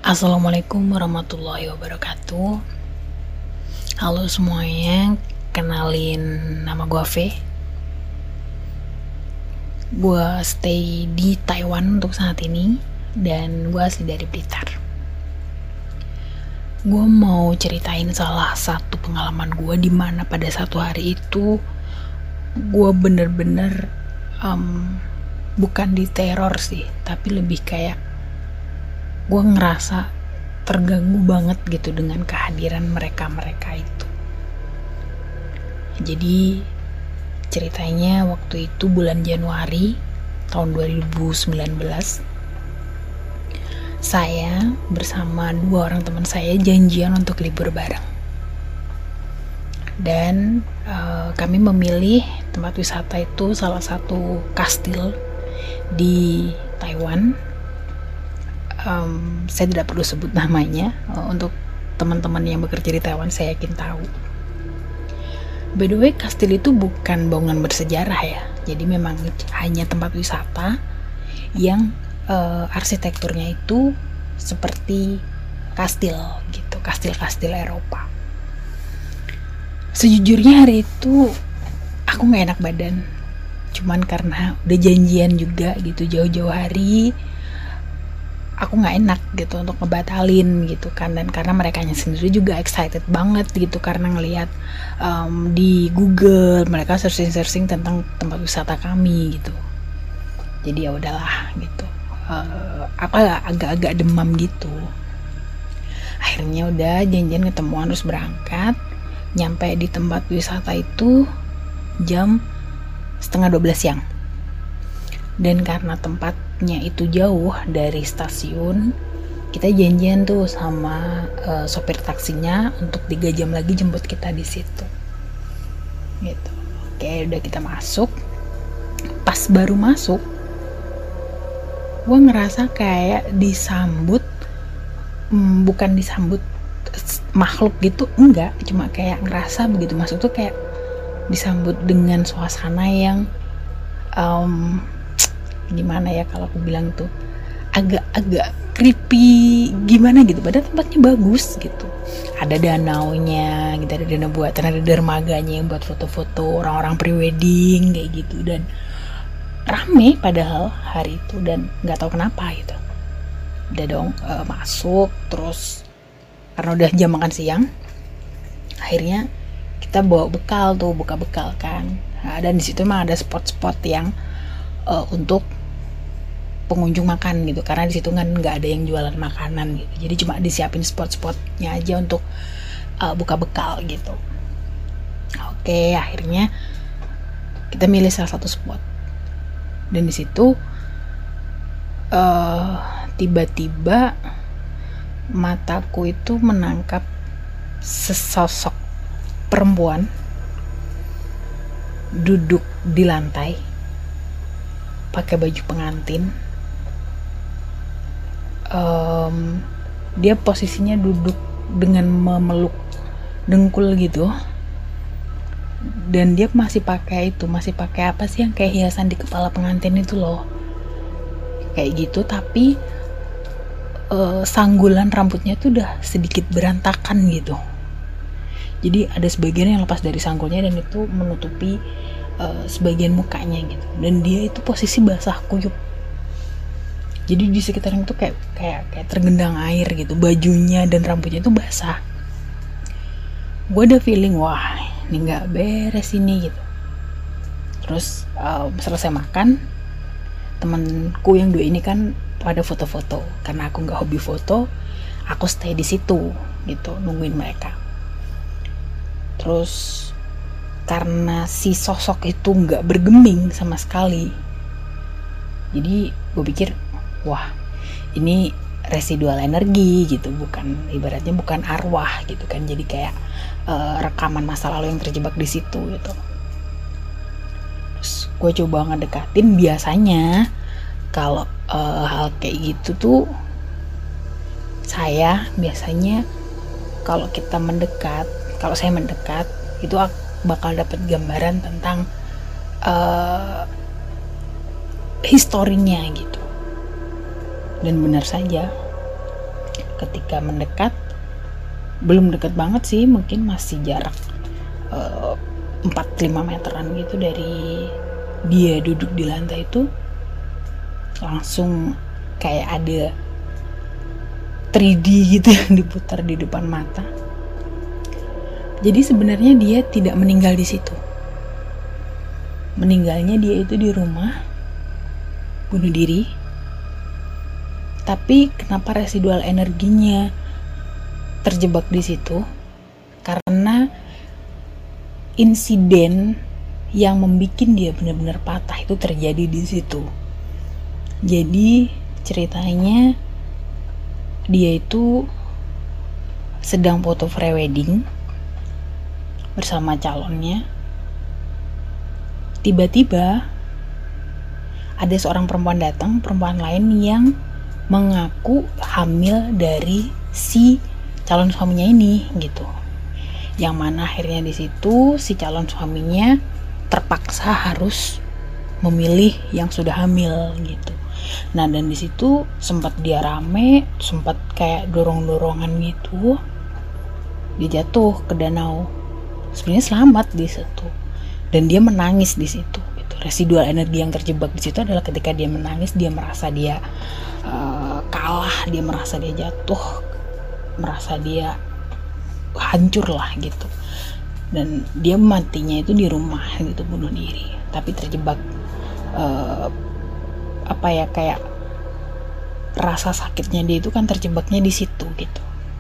Assalamualaikum warahmatullahi wabarakatuh. Halo semuanya, kenalin nama gue V. Gue stay di Taiwan untuk saat ini dan gue asli dari Blitar. Gue mau ceritain salah satu pengalaman gue di mana pada satu hari itu gue bener-bener bukan diteror sih, tapi lebih kayak gue ngerasa terganggu banget gitu dengan kehadiran mereka itu. Jadi ceritanya waktu itu bulan Januari tahun 2019, saya bersama 2 orang teman saya janjian untuk libur bareng. Dan kami memilih tempat wisata itu salah satu kastil di Taiwan. Saya tidak perlu sebut namanya, untuk teman-teman yang bekerja di Taiwan saya yakin tahu. By the way, kastil itu bukan bangunan bersejarah ya, jadi memang hanya tempat wisata yang arsitekturnya itu seperti kastil gitu, kastil-kastil Eropa. Sejujurnya hari itu aku gak enak badan, cuman karena udah janjian juga gitu jauh-jauh hari, aku nggak enak gitu untuk ngebatalin gitu kan. Dan karena merekanya sendiri juga excited banget gitu karena ngelihat di Google mereka searching tentang tempat wisata kami gitu. Jadi ya udahlah gitu. Aku agak-agak demam gitu. Akhirnya udah janjian ketemuan terus berangkat. Nyampe di tempat wisata itu jam 11:30 siang. Dan karena tempatnya itu jauh dari stasiun, kita janjian tuh sama sopir taksinya untuk 3 jam lagi jemput kita di situ. Gitu. Oke, udah kita masuk. Pas baru masuk, gue ngerasa kayak disambut, bukan disambut makhluk gitu, enggak. Cuma kayak ngerasa begitu masuk tuh kayak disambut dengan suasana yang gimana ya kalau aku bilang tuh agak creepy gimana gitu, padahal tempatnya bagus gitu. Ada danaunya gitu, ada danau buatan, ada dermaganya yang buat foto-foto orang-orang prewedding kayak gitu, dan rame padahal hari itu, dan nggak tahu kenapa gitu. Udah dong masuk, terus karena udah jam makan siang, akhirnya kita bawa bekal tuh, buka bekal kan. Nah, dan di situ emang ada spot-spot yang untuk pengunjung makan gitu, karena di situ kan nggak ada yang jualan makanan gitu, jadi cuma disiapin spot-spotnya aja untuk buka bekal gitu. Oke, akhirnya kita milih salah satu spot, dan di situ tiba-tiba mataku itu menangkap sesosok perempuan duduk di lantai pakai baju pengantin. Dia posisinya duduk dengan memeluk dengkul gitu, dan dia masih pakai apa sih yang kayak hiasan di kepala pengantin itu loh, kayak gitu. Tapi sanggulan rambutnya tuh udah sedikit berantakan gitu, jadi ada sebagian yang lepas dari sanggulnya dan itu menutupi sebagian mukanya gitu. Dan dia itu posisi basah kuyup, jadi di sekitarnya itu kayak tergendang air gitu, bajunya dan rambutnya itu basah. Gue ada feeling, wah ini nggak beres ini gitu. Terus selesai makan, temanku yang 2 ini kan pada foto-foto, karena aku nggak hobi foto, aku stay di situ gitu nungguin mereka. Terus karena si sosok itu nggak bergeming sama sekali, jadi gue pikir, wah ini residual energi gitu, ibaratnya bukan arwah gitu kan, jadi kayak rekaman masa lalu yang terjebak di situ gitu. Terus gue coba ngedekatin. Biasanya kalau hal kayak gitu tuh, saya biasanya kalau saya mendekat itu bakal dapat gambaran tentang historinya gitu. Dan benar saja, ketika mendekat, belum dekat banget sih, mungkin masih jarak 4-5 meteran gitu dari dia duduk di lantai itu, langsung kayak ada 3D gitu yang diputar di depan mata. Jadi sebenarnya dia tidak meninggal di situ. Meninggalnya dia itu di rumah, bunuh diri. Tapi kenapa residual energinya terjebak di situ? Karena insiden yang membuat dia benar-benar patah itu terjadi di situ. Jadi ceritanya dia itu sedang foto pre-wedding bersama calonnya. Tiba-tiba ada seorang perempuan datang, perempuan lain yang mengaku hamil dari si calon suaminya ini gitu. Yang mana akhirnya di situ si calon suaminya terpaksa harus memilih yang sudah hamil gitu. Nah, dan di situ sempat dia rame, sempat kayak dorong-dorongan gitu. Dia jatuh ke danau. Sebenarnya selamat di situ. Dan dia menangis di situ gitu. Residual energi yang terjebak di situ adalah ketika dia menangis, dia merasa dia kalah, dia merasa dia jatuh, merasa dia hancur lah gitu. Dan dia matinya itu di rumah gitu, bunuh diri. Tapi terjebak kayak rasa sakitnya dia itu kan terjebaknya di situ gitu.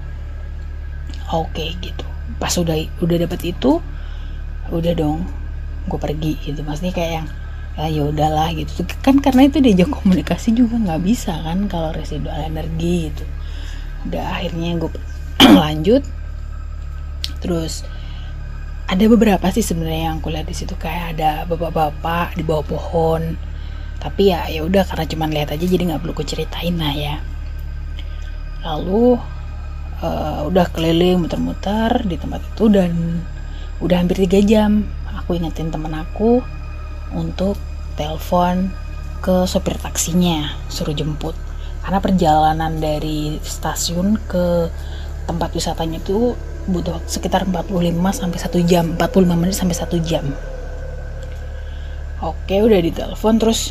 Oke gitu. Pas udah dapet itu, udah dong, gue pergi gitu. Maksudnya kayak yang ya udahlah gitu kan, karena itu diajak komunikasi juga nggak bisa kan kalau residual energi gitu. Udah akhirnya gue lanjut. Terus ada beberapa sih sebenarnya yang aku lihat di situ, kayak ada bapak-bapak di bawah pohon. Tapi ya udah, karena cuman lihat aja jadi nggak perlu ku ceritain lah ya. Lalu udah keliling muter-muter di tempat itu dan udah hampir 3 jam. Aku ingetin temen aku untuk telepon ke sopir taksinya, suruh jemput. Karena perjalanan dari stasiun ke tempat wisatanya itu butuh sekitar 45 sampai 1 jam, 45 menit sampai 1 jam. Oke, udah ditelepon. Terus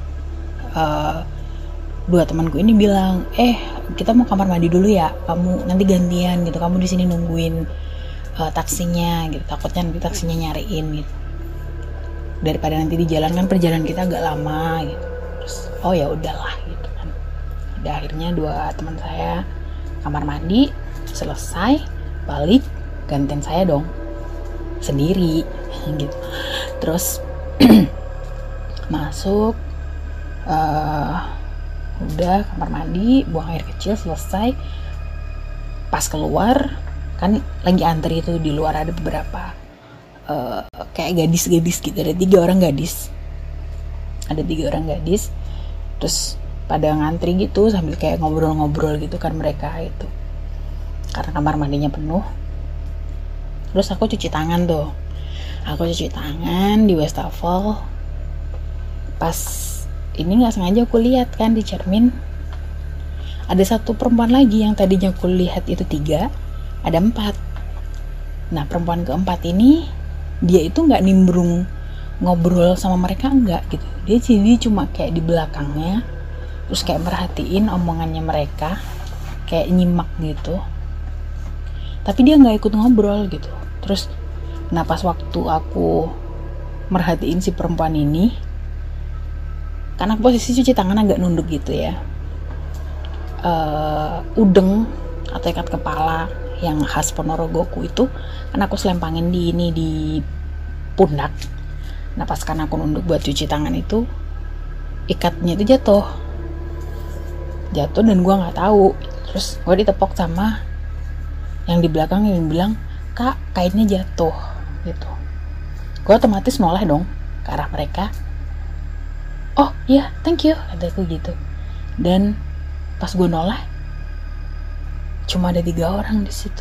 dua temanku ini bilang, kita mau kamar mandi dulu ya, kamu nanti gantian gitu, kamu di sini nungguin taksinya gitu, takutnya nanti taksinya nyariin gitu, daripada nanti di jalan kan perjalanan kita agak lama gitu. Terus ya udahlah gitu kan. Udah akhirnya dua teman saya kamar mandi selesai, balik gantian saya dong sendiri gitu. Terus masuk, udah kamar mandi, buang air kecil, selesai. Pas keluar kan lagi antri itu di luar, ada beberapa kayak gadis-gadis gitu, ada 3 orang gadis, terus pada ngantri gitu sambil kayak ngobrol-ngobrol gitu kan mereka itu, karena kamar mandinya penuh. Terus aku cuci tangan di wastafel. Pas ini nggak sengaja aku lihat kan di cermin ada satu perempuan lagi, yang tadinya aku lihat itu 3, ada 4. Nah, perempuan keempat ini dia itu nggak nimbrung ngobrol sama mereka, enggak gitu. Dia cuma kayak di belakangnya, terus kayak merhatiin omongannya mereka, kayak nyimak gitu. Tapi dia nggak ikut ngobrol gitu. Terus, nah pas waktu aku merhatiin si perempuan ini, karena posisi cuci tangan agak nunduk gitu ya, udeng atau ikat kepala yang khas Ponorogoku itu kan aku selempangin di pundak. Nah pas kan aku nunduk buat cuci tangan itu, ikatnya itu jatuh dan gue nggak tahu. Terus gue ditepok sama yang di belakang yang bilang, "Kak, kainnya jatuh," gitu. Gue otomatis noleh dong ke arah mereka. "Oh iya, thank you," kataku gitu. Dan pas gue noleh, cuma ada 3 orang di situ.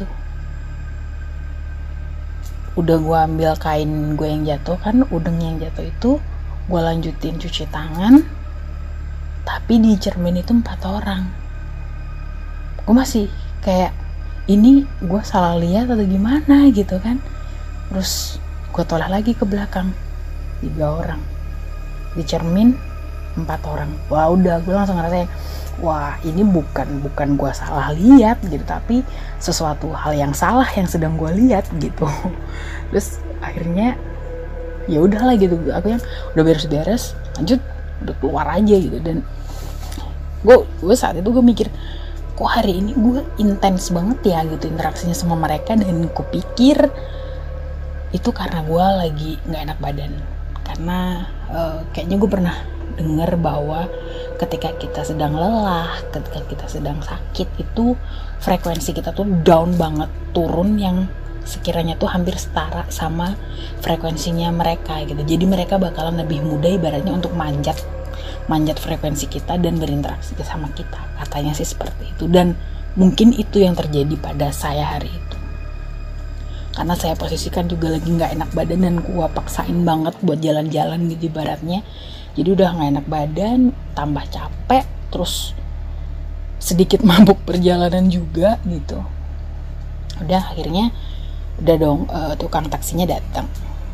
Udah gue ambil kain gue yang jatuh kan, udeng yang jatuh itu, gue lanjutin cuci tangan. Tapi di cermin itu 4 orang. gue masih kayak ini gue salah lihat atau gimana gitu kan. Terus gue toleh lagi ke belakang, 3 orang, di cermin 4 orang. Wah udah, gue langsung ngerasain, wah ini bukan gue salah lihat gitu, tapi sesuatu hal yang salah yang sedang gue lihat gitu. Terus akhirnya ya udahlah gitu, aku yang udah beres-beres lanjut, udah keluar aja gitu. Dan gue saat itu gue mikir, kok hari ini gue intens banget ya gitu interaksinya sama mereka. Dan gue pikir itu karena gue lagi nggak enak badan, karena kayaknya gue pernah dengar bahwa ketika kita sedang lelah, ketika kita sedang sakit, itu frekuensi kita tuh down banget, turun yang sekiranya tuh hampir setara sama frekuensinya mereka gitu. Jadi mereka bakalan lebih mudah ibaratnya untuk manjat frekuensi kita dan berinteraksi sama kita, katanya sih seperti itu. Dan mungkin itu yang terjadi pada saya hari itu, karena saya posisikan juga lagi nggak enak badan dan gua paksain banget buat jalan-jalan gitu ibaratnya. Jadi udah nggak enak badan, tambah capek, terus sedikit mabuk perjalanan juga gitu. Udah akhirnya udah dong, tukang taksinya datang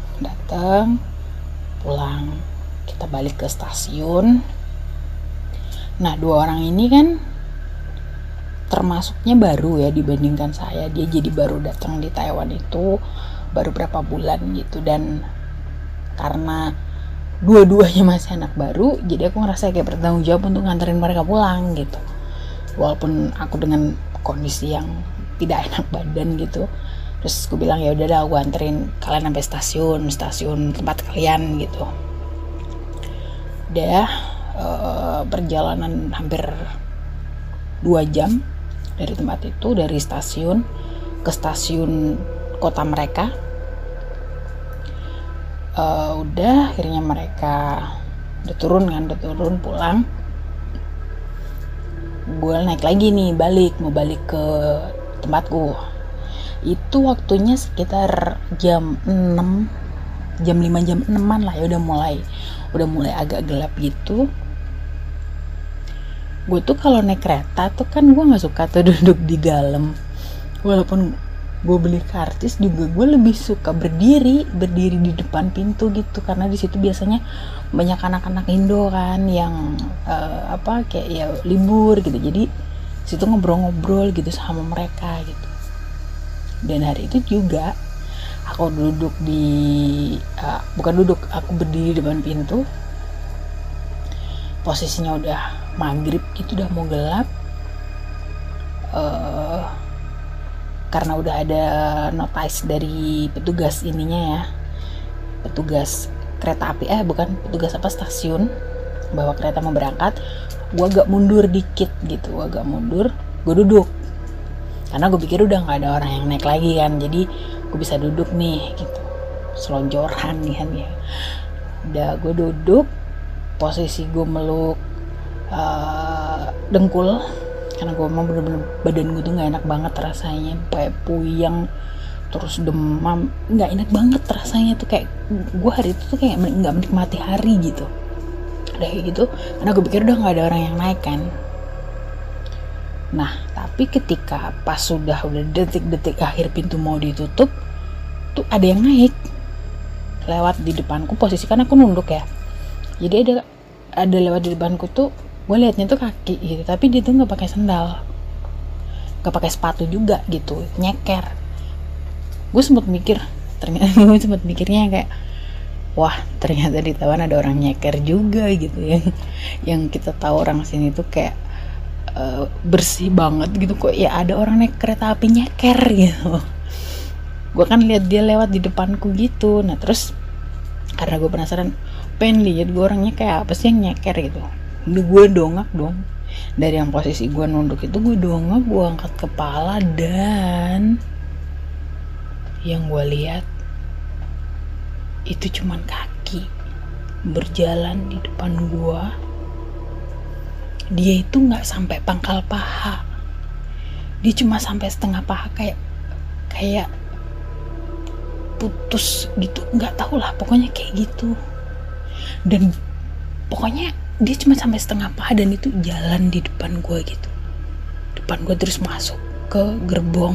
pulang, kita balik ke stasiun. Nah 2 orang ini kan termasuknya baru ya dibandingkan saya. Dia jadi baru datang di Taiwan itu baru berapa bulan gitu, dan karena dua-duanya masih anak baru, jadi aku ngerasa kayak bertanggung jawab untuk nganterin mereka pulang gitu, walaupun aku dengan kondisi yang tidak enak badan gitu. Terus aku bilang ya udah dah, aku anterin kalian sampai stasiun tempat kalian gitu. Udah perjalanan hampir 2 jam dari tempat itu, dari stasiun ke stasiun kota mereka. Udah akhirnya mereka udah turun pulang. Gue naik lagi nih, mau balik ke tempatku. Itu waktunya sekitar jam 6, jam 5, jam 6-an lah ya, udah mulai agak gelap gitu. Gue tuh kalau naik kereta tuh kan gue nggak suka tuh duduk di dalam, walaupun gue beli karcis juga gue lebih suka berdiri di depan pintu gitu, karena di situ biasanya banyak anak-anak Indo kan yang kayak ya libur gitu, jadi situ ngobrol-ngobrol gitu sama mereka gitu. Dan hari itu juga aku aku berdiri di depan pintu, posisinya udah maghrib gitu, udah mau gelap. Karena udah ada notice dari petugas petugas kereta api, petugas stasiun, bahwa kereta mau berangkat. Gue agak mundur dikit gitu, gue duduk karena gue pikir udah nggak ada orang yang naik lagi kan, jadi gue bisa duduk nih gitu, selonjoran nih kan ya. Udah gue duduk, posisi gue meluk dengkul, karena gue mau bener-bener badan gue tuh nggak enak banget rasanya, kayak puyeng, terus demam, nggak enak banget rasanya tuh, kayak gue hari itu tuh kayak nggak menikmati hari gitu. Udah kayak gitu, karena gue pikir udah nggak ada orang yang naik kan. Nah tapi ketika pas udah detik-detik akhir pintu mau ditutup tuh ada yang naik lewat di depanku, posisi kan aku nunduk ya, jadi ada lewat di depanku tuh. Gue liatnya tuh kaki gitu, tapi dia tuh nggak pakai sandal, nggak pakai sepatu juga gitu, nyeker. Gue sempat mikirnya kayak, wah ternyata di Taiwan ada orang nyeker juga gitu ya. Yang kita tahu orang sini tuh kayak bersih banget gitu, kok ya ada orang naik kereta api nyeker gitu. Gue kan lihat dia lewat di depanku gitu. Nah terus karena gue penasaran, pengen lihat gue orangnya kayak apa sih yang nyeker gitu. Udah gue dongak dong, dari yang posisi gue nunduk itu gue dongak, gue angkat kepala, dan yang gue lihat itu cuman kaki berjalan di depan gue. Dia itu nggak sampai pangkal paha, dia cuma sampai setengah paha, kayak putus gitu, nggak tahu lah pokoknya kayak gitu. Dan pokoknya dia cuma sampai setengah paha, dan itu jalan di depan gue gitu, depan gue terus masuk ke gerbong.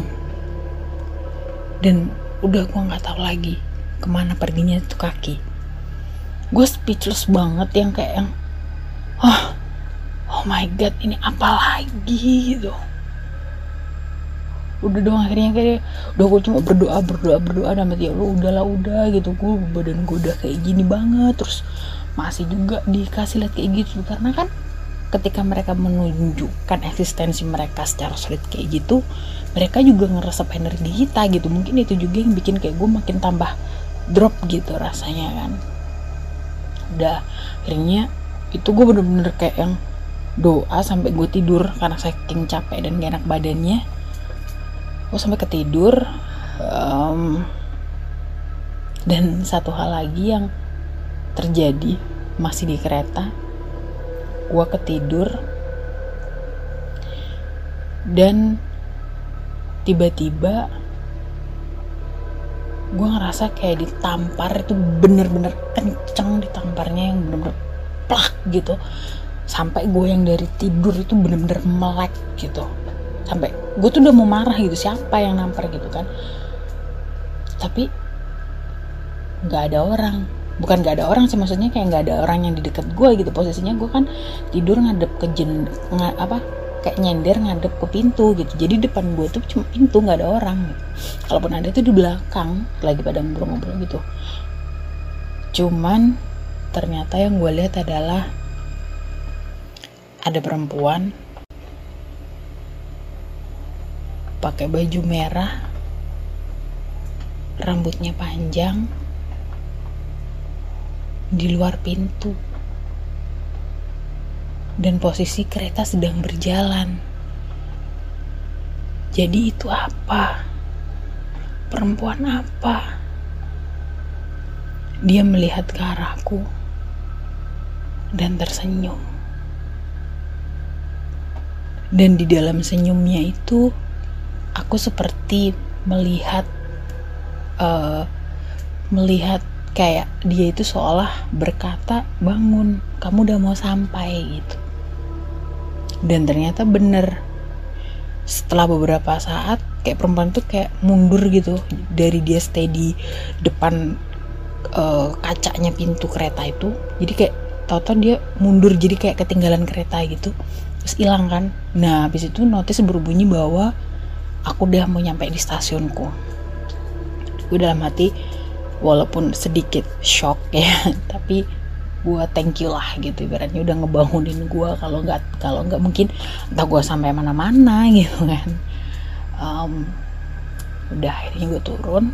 Dan udah gue nggak tahu lagi kemana perginya itu kaki. Gue speechless banget, yang kayak yang oh my god, ini apa lagi gitu. Udah dong, akhirnya kayak udah gue cuma berdoa dan ya Allah udahlah udah gitu. Gue badan gue udah kayak gini banget, terus masih juga dikasih lihat kayak gitu. Karena kan ketika mereka menunjukkan eksistensi mereka secara solid kayak gitu, mereka juga ngeresep energi kita gitu. Mungkin itu juga yang bikin kayak gue makin tambah drop gitu rasanya kan. Udah akhirnya itu gue bener-bener kayak yang doa sampai gue tidur karena saking capek dan gak enak badannya. Gue sampai ketidur. Dan satu hal lagi yang terjadi masih di kereta, gue ketidur dan tiba-tiba gue ngerasa kayak ditampar. Itu bener-bener kenceng ditamparnya, yang bener-bener plak gitu, sampai gue yang dari tidur itu bener-bener melek gitu. Sampai gue tuh udah mau marah gitu, siapa yang nampar gitu kan. Tapi gak ada orang. Bukan gak ada orang sih, maksudnya kayak gak ada orang yang di dekat gue gitu. Posisinya gue kan tidur ngadep ke kayak nyender ngadep ke pintu gitu. Jadi depan gue tuh cuma pintu, gak ada orang gitu. Kalaupun ada tuh di belakang lagi pada ngobrol-ngobrol gitu. Cuman ternyata yang gue lihat adalah ada perempuan pakai baju merah, rambutnya panjang, di luar pintu, dan posisi kereta sedang berjalan. Jadi itu apa? Perempuan apa? Dia melihat ke arahku dan tersenyum. Dan di dalam senyumnya itu aku seperti melihat kayak dia itu seolah berkata, bangun, kamu udah mau sampai gitu. Dan ternyata bener, setelah beberapa saat kayak perempuan tuh kayak mundur gitu. Dari dia stay di depan kacanya pintu kereta itu, jadi kayak tau-tau dia mundur, jadi kayak ketinggalan kereta gitu, terus hilang kan. Nah habis itu notice berbunyi bahwa aku udah mau nyampe di stasiunku. Gue dalam hati walaupun sedikit shock ya, tapi gue thank you lah gitu, ibaratnya udah ngebangunin gue. Kalau nggak mungkin entah gue sampai mana-mana gitu kan. Udah akhirnya gue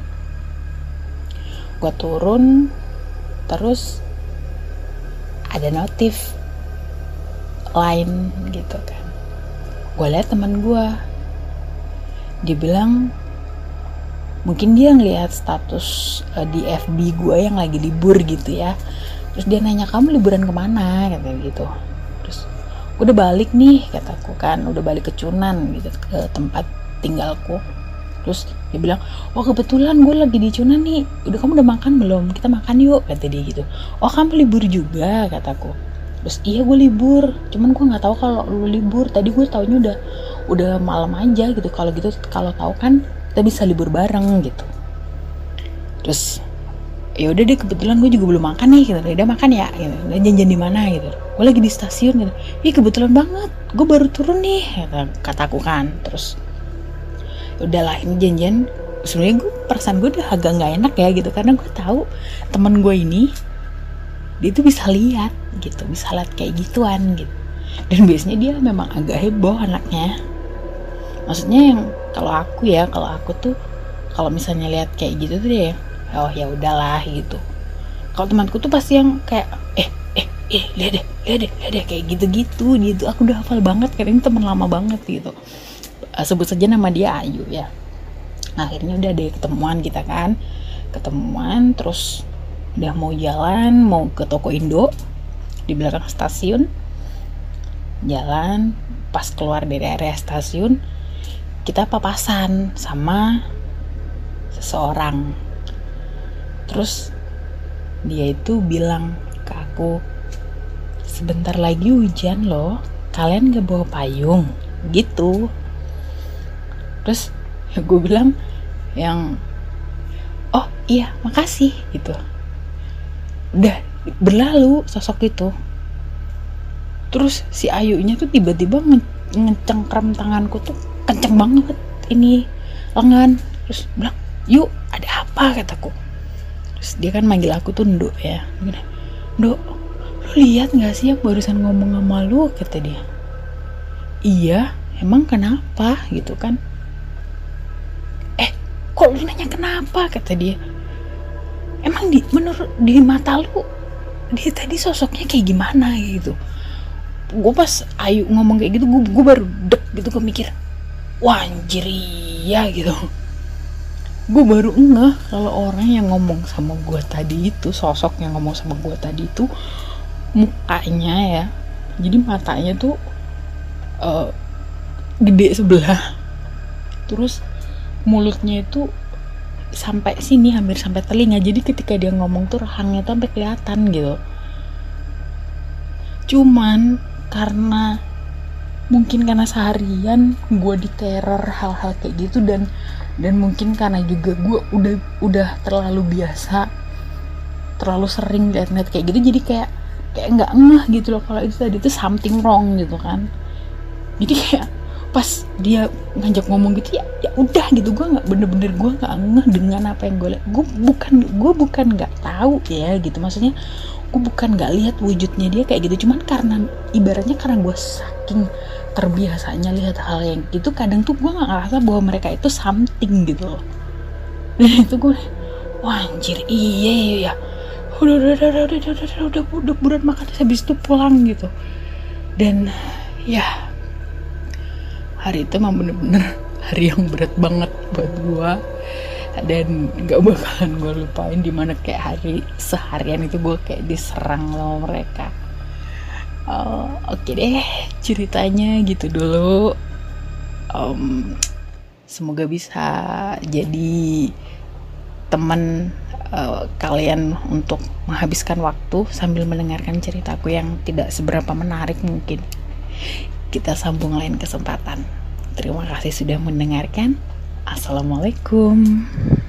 turun terus ada notif lain gitu kan. Gue lihat teman gue, dia bilang mungkin dia ngelihat status di FB gue yang lagi libur gitu ya. Terus dia nanya, kamu liburan kemana? Kata gitu. Terus gue udah balik nih, kataku kan, udah balik ke Cunan gitu, ke tempat tinggalku. Terus dia bilang, wah kebetulan gue lagi di Cunan nih, kamu udah makan belum? Kita makan yuk, kata dia gitu. Oh kamu libur juga, kataku. Terus iya gue libur, cuman gue nggak tahu kalau lu libur. Tadi gue taunya udah malam aja gitu. Kalau gitu, kalau tahu kan kita bisa libur bareng gitu. Terus ya udah deh, kebetulan gue juga belum makan nih gitu. Udah makan ya gitu. Udah janjian di mana gitu. Gue lagi di stasiun gitu. Ih kebetulan banget, gue baru turun nih, kataku kan. Terus udahlah, ini janjian. Sebenarnya perasaan gue udah agak nggak enak ya gitu, karena gue tahu teman gue ini dia tuh bisa lihat gitu, bisa lihat kayak gituan gitu. Dan biasanya dia memang agak heboh anaknya. Maksudnya yang kalau aku tuh kalau misalnya lihat kayak gitu tuh dia, oh ya udahlah gitu. Kalau temanku tuh pasti yang kayak lihat deh kayak gitu gitu. Aku udah hafal banget karena ini teman lama banget gitu. Sebut saja nama dia Ayu ya. Nah, akhirnya udah deh ketemuan terus udah mau jalan, mau ke toko Indo di belakang stasiun. Jalan, pas keluar dari area stasiun kita papasan sama seseorang. Terus dia itu bilang ke aku, sebentar lagi hujan loh, kalian gak bawa payung gitu. Terus ya gue bilang yang oh iya makasih gitu. Udah berlalu sosok itu. Terus si Ayunya tuh tiba-tiba ngecengkram tanganku tuh kenceng banget ini lengan. Terus bilang, yuk ada apa kataku. Terus dia kan manggil aku tuh Nduk ya. Nduk, lu lihat gak sih yang barusan ngomong sama lu, kata dia. Iya, emang kenapa gitu kan. Kok lu nanya kenapa, kata dia. Emang menurut di mata lu dia tadi sosoknya kayak gimana gitu. Gue pas Ayu ngomong kayak gitu, gue baru dek gitu, gue mikir wah anjir iya gitu. Gue baru ngeh kalau orang yang ngomong sama gue tadi itu, sosok yang ngomong sama gue tadi itu mukanya ya, jadi matanya tuh gede sebelah, terus mulutnya itu sampai sini, hampir sampai telinga. Jadi ketika dia ngomong tuh rahangnya tuh sampai kelihatan gitu. Cuman mungkin karena seharian gue diteror hal-hal kayak gitu, dan mungkin karena juga gue udah terlalu biasa, terlalu sering liat-liat kayak gitu, jadi kayak nggak ngeh gitu loh kalau itu tadi tuh something wrong gitu kan. Jadi kayak pas dia ngajak ngomong gitu ya udah gitu, gue nggak bener-bener gue nggak ngeh dengan apa yang gue lihat. Gue bukan nggak tahu ya gitu, maksudnya gue bukan nggak lihat wujudnya dia kayak gitu, cuman karena ibaratnya karena gue saking terbiasanya lihat hal yang gitu, kadang tuh gue nggak ngerasa bahwa mereka itu something gitu loh. Dan itu gue wah anjir iya ya, udah buruan makan, habis itu pulang gitu. Dan ya hari itu emang bener-bener hari yang berat banget buat gue, dan gak bakalan gue lupain dimana kayak hari seharian itu gue kayak diserang sama mereka. Oke deh, ceritanya gitu dulu. Semoga bisa jadi teman kalian untuk menghabiskan waktu sambil mendengarkan ceritaku yang tidak seberapa menarik mungkin. Kita sambung lain kesempatan. Terima kasih sudah mendengarkan. Assalamualaikum.